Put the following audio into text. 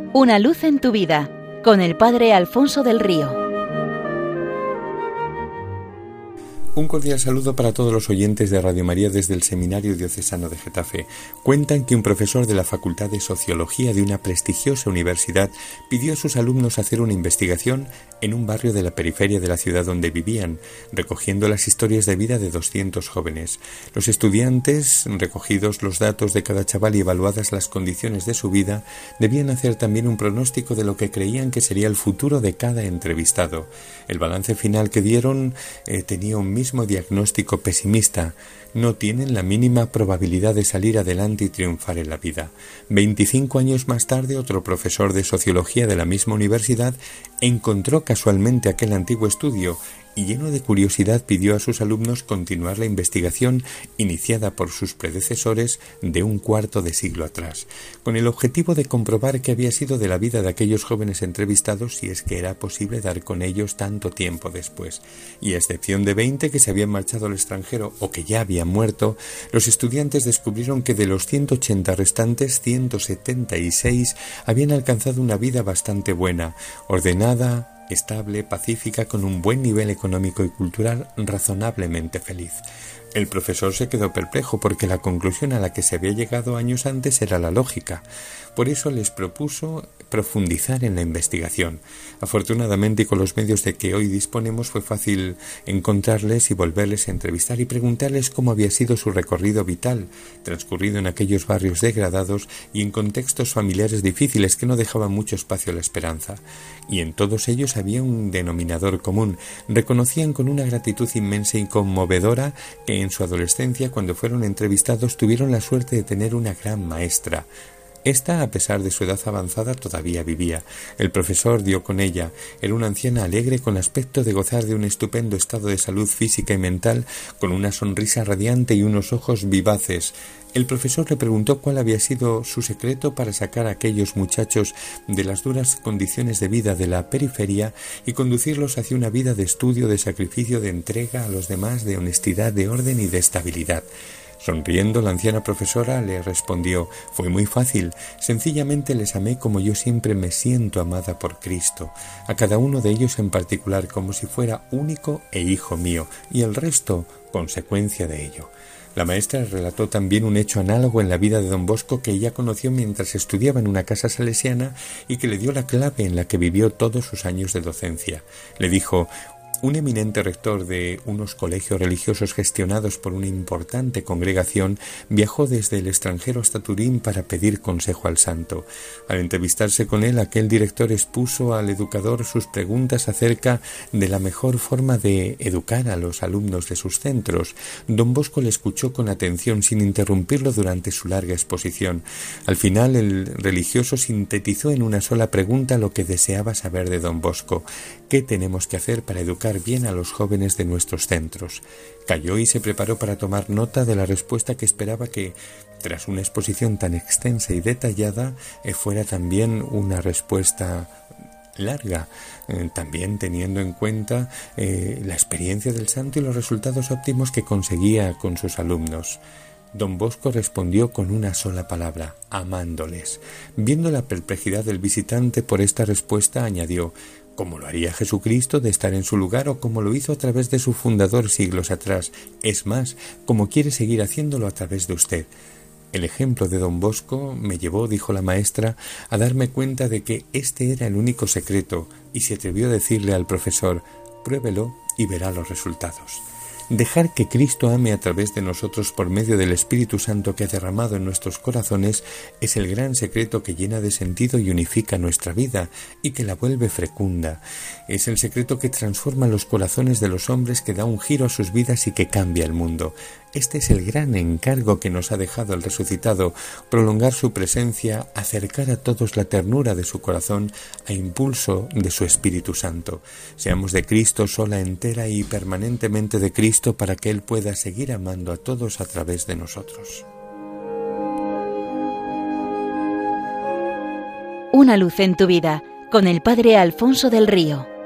Una luz en tu vida, con el Padre Alfonso del Río. Un cordial saludo para todos los oyentes de Radio María desde el Seminario Diocesano de Getafe. Cuentan que un profesor de la Facultad de Sociología de una prestigiosa universidad pidió a sus alumnos hacer una investigación en un barrio de la periferia de la ciudad donde vivían, recogiendo las historias de vida de 200 jóvenes. Los estudiantes, recogidos los datos de cada chaval y evaluadas las condiciones de su vida, debían hacer también un pronóstico de lo que creían que sería el futuro de cada entrevistado. El balance final que dieron tenía un mismo diagnóstico pesimista. No tienen la mínima probabilidad de salir adelante y triunfar en la vida. 25 años más tarde, otro profesor de sociología de la misma universidad encontró casualmente aquel antiguo estudio y, lleno de curiosidad, pidió a sus alumnos continuar la investigación iniciada por sus predecesores de un cuarto de siglo atrás, con el objetivo de comprobar qué había sido de la vida de aquellos jóvenes entrevistados, si es que era posible dar con ellos tanto tiempo después. Y a excepción de 20 que se habían marchado al extranjero o que ya habían muerto, los estudiantes descubrieron que de los 180 restantes, 176 habían alcanzado una vida bastante buena, ordenada, estable, pacífica, con un buen nivel económico y cultural, razonablemente feliz. El profesor se quedó perplejo porque la conclusión a la que se había llegado años antes era la lógica. Por eso les propuso profundizar en la investigación. Afortunadamente, y con los medios de que hoy disponemos, fue fácil encontrarles y volverles a entrevistar y preguntarles cómo había sido su recorrido vital, transcurrido en aquellos barrios degradados y en contextos familiares difíciles que no dejaban mucho espacio a la esperanza. Y en todos ellos había un denominador común. Reconocían con una gratitud inmensa y conmovedora que en su adolescencia, cuando fueron entrevistados, tuvieron la suerte de tener una gran maestra. Esta, a pesar de su edad avanzada, todavía vivía. El profesor dio con ella. Era una anciana alegre con aspecto de gozar de un estupendo estado de salud física y mental, con una sonrisa radiante y unos ojos vivaces. El profesor le preguntó cuál había sido su secreto para sacar a aquellos muchachos de las duras condiciones de vida de la periferia y conducirlos hacia una vida de estudio, de sacrificio, de entrega a los demás, de honestidad, de orden y de estabilidad. Sonriendo, la anciana profesora le respondió: «Fue muy fácil. Sencillamente les amé como yo siempre me siento amada por Cristo, a cada uno de ellos en particular, como si fuera único e hijo mío, y el resto, consecuencia de ello». La maestra relató también un hecho análogo en la vida de don Bosco que ella conoció mientras estudiaba en una casa salesiana y que le dio la clave en la que vivió todos sus años de docencia. Le dijo: «Un eminente rector de unos colegios religiosos gestionados por una importante congregación viajó desde el extranjero hasta Turín para pedir consejo al santo. Al entrevistarse con él, aquel director expuso al educador sus preguntas acerca de la mejor forma de educar a los alumnos de sus centros. Don Bosco le escuchó con atención sin interrumpirlo durante su larga exposición. Al final, el religioso sintetizó en una sola pregunta lo que deseaba saber de don Bosco: ¿qué tenemos que hacer para educar bien a los jóvenes de nuestros centros? Calló y se preparó para tomar nota de la respuesta que esperaba que, tras una exposición tan extensa y detallada, fuera también una respuesta larga, también teniendo en cuenta la experiencia del santo y los resultados óptimos que conseguía con sus alumnos. Don Bosco respondió con una sola palabra: amándoles. Viendo la perplejidad del visitante por esta respuesta, añadió: como lo haría Jesucristo de estar en su lugar o como lo hizo a través de su fundador siglos atrás. Es más, como quiere seguir haciéndolo a través de usted. El ejemplo de don Bosco me llevó, dijo la maestra, a darme cuenta de que este era el único secreto, y se atrevió a decirle al profesor: pruébelo y verá los resultados. Dejar que Cristo ame a través de nosotros por medio del Espíritu Santo que ha derramado en nuestros corazones es el gran secreto que llena de sentido y unifica nuestra vida y que la vuelve fecunda. Es el secreto que transforma los corazones de los hombres, que da un giro a sus vidas y que cambia el mundo. Este es el gran encargo que nos ha dejado el resucitado: prolongar su presencia, acercar a todos la ternura de su corazón a impulso de su Espíritu Santo. Seamos de Cristo, sola, entera y permanentemente de Cristo, para que Él pueda seguir amando a todos a través de nosotros. Una luz en tu vida, con el Padre Alfonso del Río.